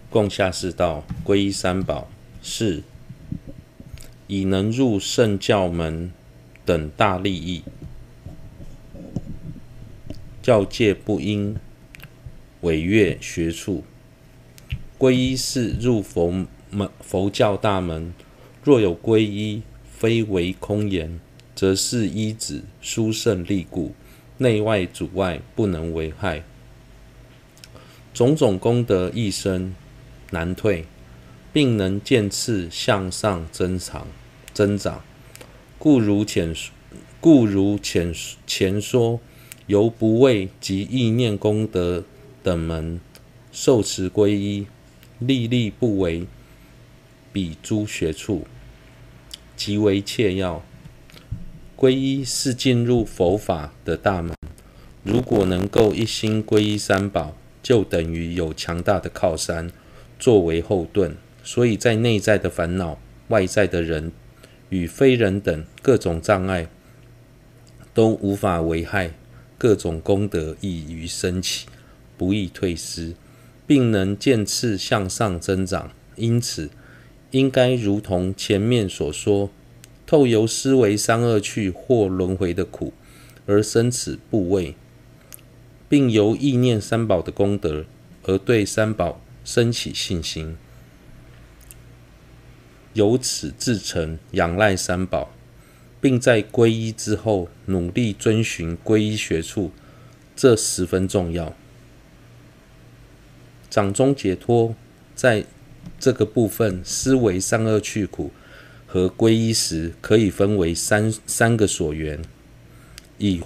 共下士道，皈依三宝，是以能入圣教门等大利益。教戒不应违越学处。皈依是入佛教大门，若有皈依，非为空言，则是依止殊胜利故，内外阻碍不能为害。种种功德一生难退，并能渐次向上增长。故如前说，由不畏及意念功德等门受持皈依，历历不为彼诸学处，极为切要。皈依是进入佛法的大门，如果能够一心皈依三宝，就等于有强大的靠山作为后盾，所以在内在的烦恼、外在的人与非人等各种障碍都无法危害，各种功德易于升起，不易退失，并能渐次向上增长。因此应该如同前面所说，透由思维三恶趣或轮回的苦而生此怖畏，并由意念三宝的功德而对三宝生起信心，由此至诚仰赖三宝，并在皈依之后努力遵循皈依学处，这十分重要。掌中解脱在这个部分，思维三恶趣苦和皈依时可以分为三个所缘。以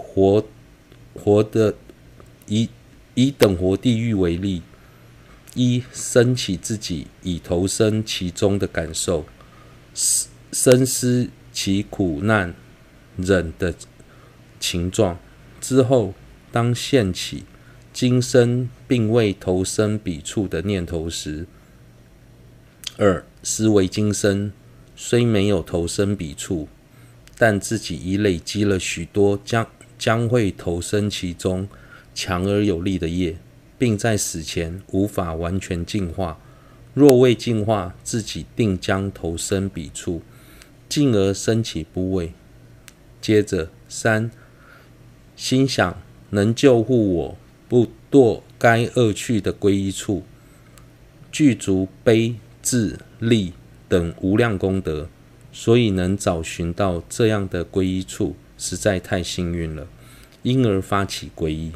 等活地狱为例，一、升起自己已投身其中的感受，深思其苦难忍的情状之后，当现起今生并未投身彼处的念头时；二、思维今生虽没有投身彼处，但自己已累积了许多将会投身其中强而有力的业，并在死前无法完全净化，若未净化，自己定将投身彼处，进而生起怖畏。接着三、心想能救护我不堕该恶趣的皈依处，具足悲智力等无量功德，所以能找寻到这样的皈依处，实在太幸运了，因而发起皈依。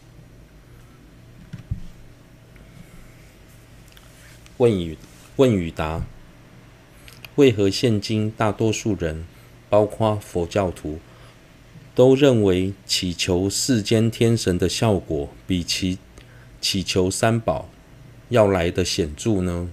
问与答：为何现今大多数人，包括佛教徒，都认为祈求世间天神的效果比祈求三宝要来得显著呢？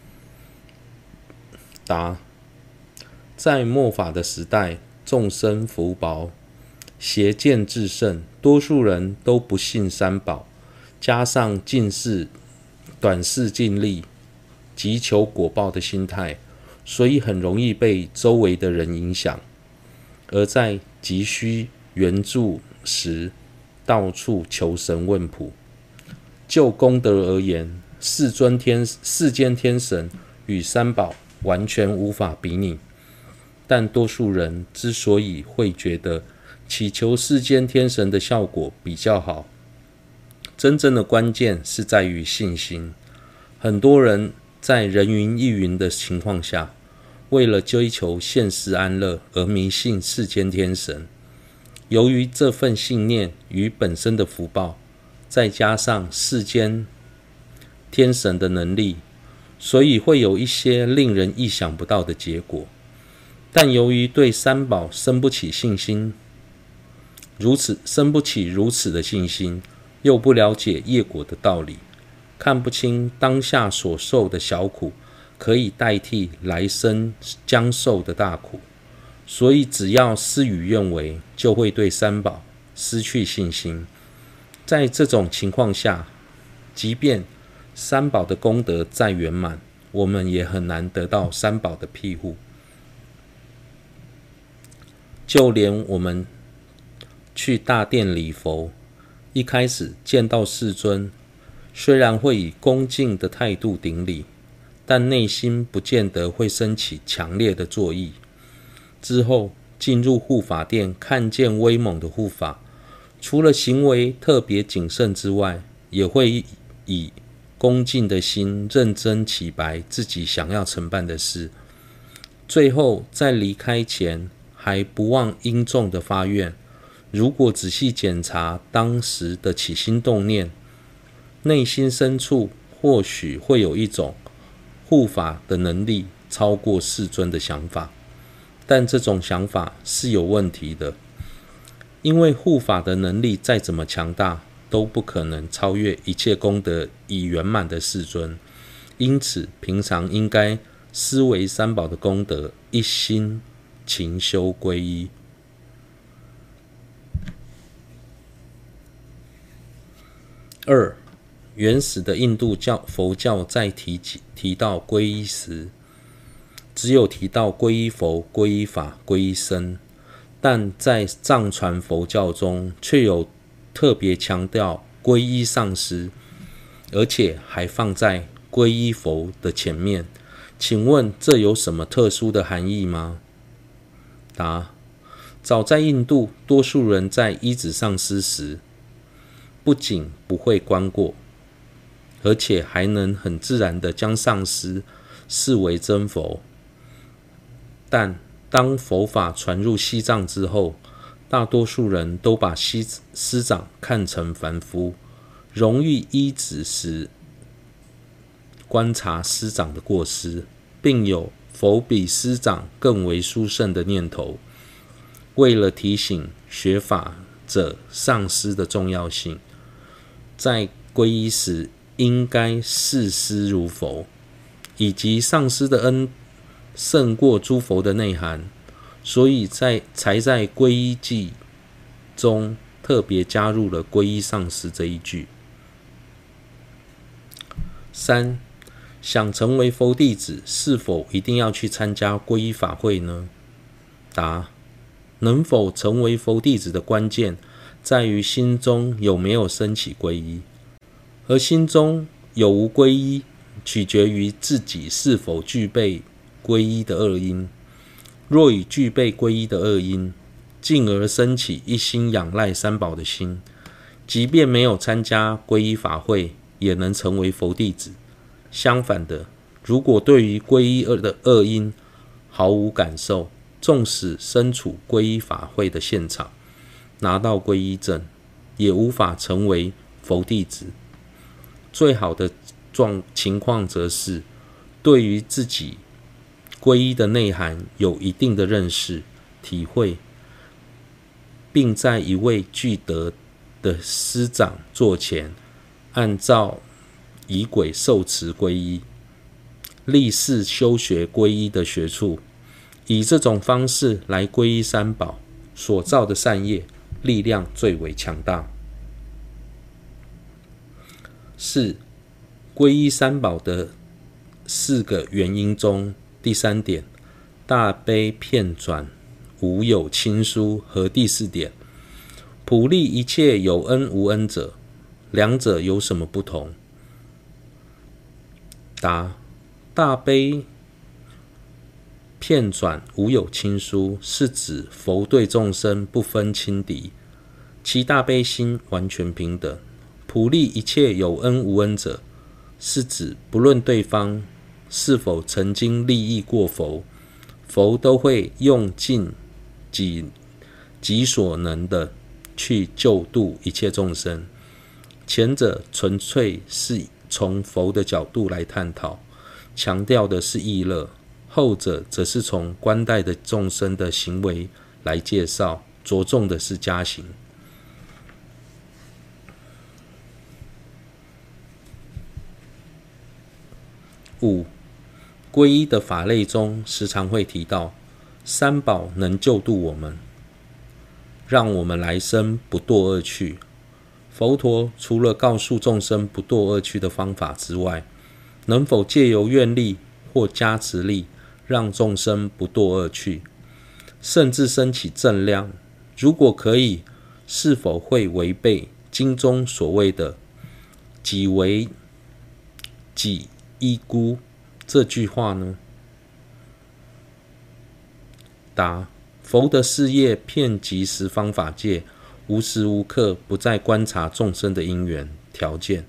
答：在末法的时代，众生福薄，邪见至盛，多数人都不信三宝，加上近视、短视近利、急求果报的心态，所以很容易被周围的人影响，而在急需援助时，到处求神问卜。就功德而言，世间天神与三宝完全无法比拟，但多数人之所以会觉得祈求世间天神的效果比较好，真正的关键是在于信心。很多人在人云亦云的情况下，为了追求现实安乐而迷信世间天神。由于这份信念与本身的福报，再加上世间天神的能力，所以会有一些令人意想不到的结果。但由于对三宝生不起如此的信心，又不了解业果的道理，看不清当下所受的小苦可以代替来生将受的大苦，所以只要事与愿违，就会对三宝失去信心。在这种情况下，即便三宝的功德再圆满，我们也很难得到三宝的庇护。就连我们去大殿礼佛，一开始见到世尊， 虽然会以恭敬的态度顶礼，但内心不见得会升起强烈的作意。之后进入护法殿，看见威猛的护法，除了行为特别谨慎之外，也会以恭敬的心认真启白自己想要承办的事。最后在离开前，还不忘殷重的发愿，如果仔细检查当时的起心动念，内心深处或许会有一种护法的能力超过世尊的想法，但这种想法是有问题的，因为护法的能力再怎么强大，都不可能超越一切功德已圆满的世尊。因此平常应该思维三宝的功德，一心勤修皈依。2. 原始的印度佛教在提到皈依时，只有提到皈依佛、皈依法、皈依僧，但在藏传佛教中却有特别强调皈依上师，而且还放在皈依佛的前面。请问这有什么特殊的含义吗？答：早在印度，多数人在依止上师时，不仅不会观过，而且还能很自然地将上师视为真佛。但当佛法传入西藏之后，大多数人都把师长看成凡夫，容易依止时观察师长的过失，并有佛比师长更为殊胜的念头。为了提醒学法者上师的重要性，在皈依时应该视师如佛，以及上师的恩胜过诸佛的内涵，所以才在皈依记中特别加入了皈依上师这一句。3. 想成为佛弟子，是否一定要去参加皈依法会呢？答：能否成为佛弟子的关键，在于心中有没有升起皈依，而心中有无皈依，取决于自己是否具备皈依的二因。若已具备皈依的二因，进而升起一心仰赖三宝的心，即便没有参加皈依法会，也能成为佛弟子。相反的，如果对于皈依的二因毫无感受，纵使身处皈依法会的现场，拿到皈依证，也无法成为佛弟子。最好的情况则是对于自己皈依的内涵有一定的认识、体会，并在一位具德的师长座前，按照仪轨受持皈依，立誓修学皈依的学处，以这种方式来皈依三宝，所造的善业力量最为强大。4. 皈依三宝的4个原因中，第3点，大悲遍转，无有亲疏，和第4点，普利一切有恩无恩者，两者有什么不同？答：大悲遍转无有亲疏，是指佛对众生不分亲敌，其大悲心完全平等。普利一切有恩无恩者，是指不论对方是否曾经利益过佛，佛都会用尽己所能的去救度一切众生。前者纯粹是从佛的角度来探讨，强调的是意乐；后者则是从观待的众生的行为来介绍，着重的是加行。5. 皈依的法类中时常会提到三宝能救度我们，让我们来生不堕恶趣。佛陀除了告诉众生不堕恶趣的方法之外，能否借由愿力或加持力让众生不堕恶趣，甚至升起正量？如果可以，是否会违背经中所谓的己为己依孤这句话呢？答：佛的事业遍及十方法界，无时无刻不在观察众生的因缘条件，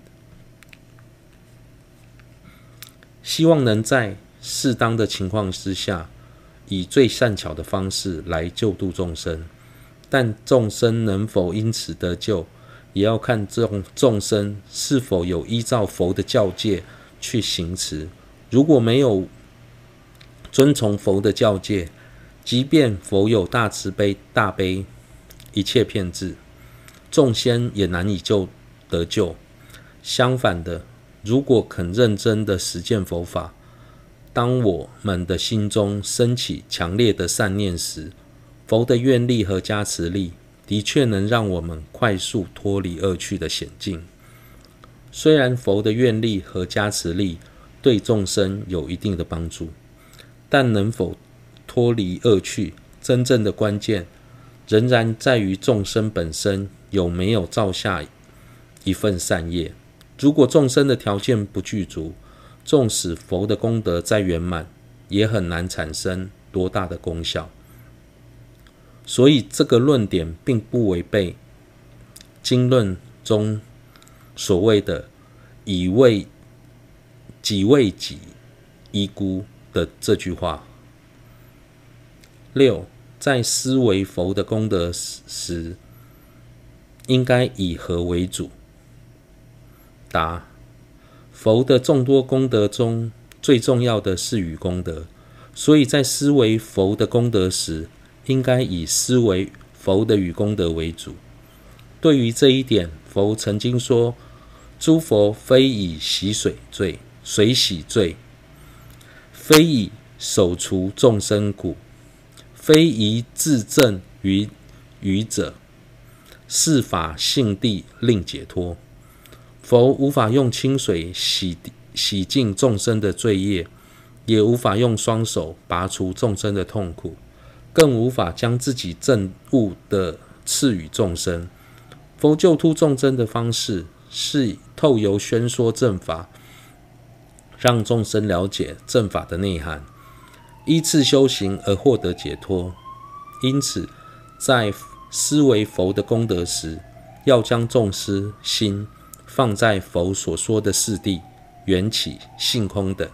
希望能在适当的情况之下，以最善巧的方式来救度众生。但众生能否因此得救，也要看众生是否有依照佛的教戒去行持。如果没有遵从佛的教戒，即便佛有大慈悲、大悲，一切遍智，众仙也难以得救。相反的，如果肯认真的实践佛法，当我们的心中升起强烈的善念时，佛的愿力和加持力的确能让我们快速脱离恶趣的险境。虽然佛的愿力和加持力对众生有一定的帮助，但能否脱离恶趣，真正的关键仍然在于众生本身有没有造下一份善业。如果众生的条件不具足，纵使佛的功德再圆满，也很难产生多大的功效。所以这个论点并不违背经论中所谓的己为己依孤的这句话。6. 在思维佛的功德时，应该以何为主？答：佛的众多功德中，最重要的是语功德，所以在思维佛的功德时，应该以思维佛的语功德为主。对于这一点，佛曾经说：诸佛非以洗水洗罪，非以手除众生苦，非以自证于愚者，是法性地令解脱。佛无法用清水洗净众生的罪业，也无法用双手拔除众生的痛苦，更无法将自己证悟的赐予众生。佛救度众生的方式是透由宣说正法，让众生了解正法的内涵，依次修行而获得解脱。因此，在思维佛的功德时，要将众生心放在佛所说的四谛、缘起、性空等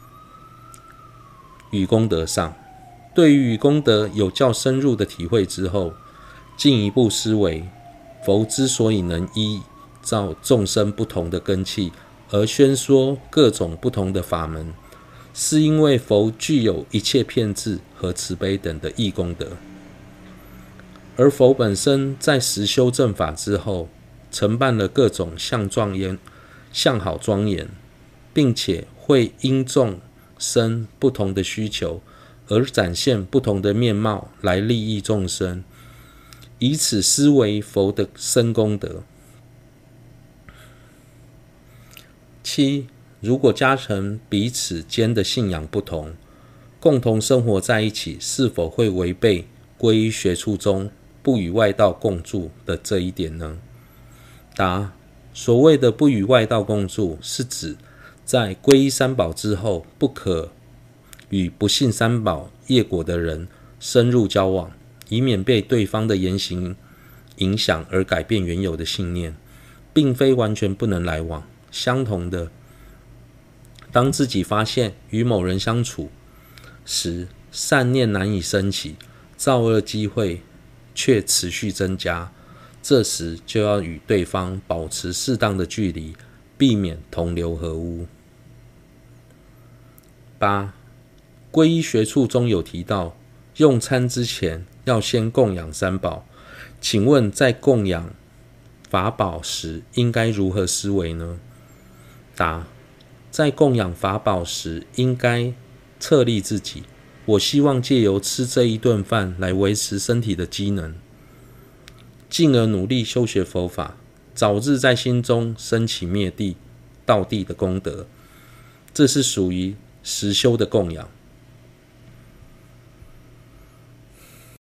语功德上。对于语功德有较深入的体会之后，进一步思维佛之所以能依照众生不同的根器而宣说各种不同的法门，是因为佛具有一切遍智和慈悲等的义功德。而佛本身在实修正法之后，承办了各种相好庄严，并且会因众生不同的需求而展现不同的面貌来利益众生，以此思维佛的深功德。7. 如果家人彼此间的信仰不同，共同生活在一起，是否会违背皈依学处中不与外道共住的这一点呢？答：所谓的不与外道共住，是指在皈依三宝之后，不可与不信三宝业果的人深入交往，以免被对方的言行影响而改变原有的信念，并非完全不能来往。相同的，当自己发现与某人相处时，善念难以升起，造恶机会却持续增加，这时就要与对方保持适当的距离，避免同流合污。8. 皈依学处中有提到，用餐之前要先供养三宝，请问在供养法宝时应该如何思维呢？答：在供养法宝时，应该策立自己，我希望借由吃这一顿饭来维持身体的机能，进而努力修学佛法，早日在心中升起灭地、道地的功德。这是属于实修的供养。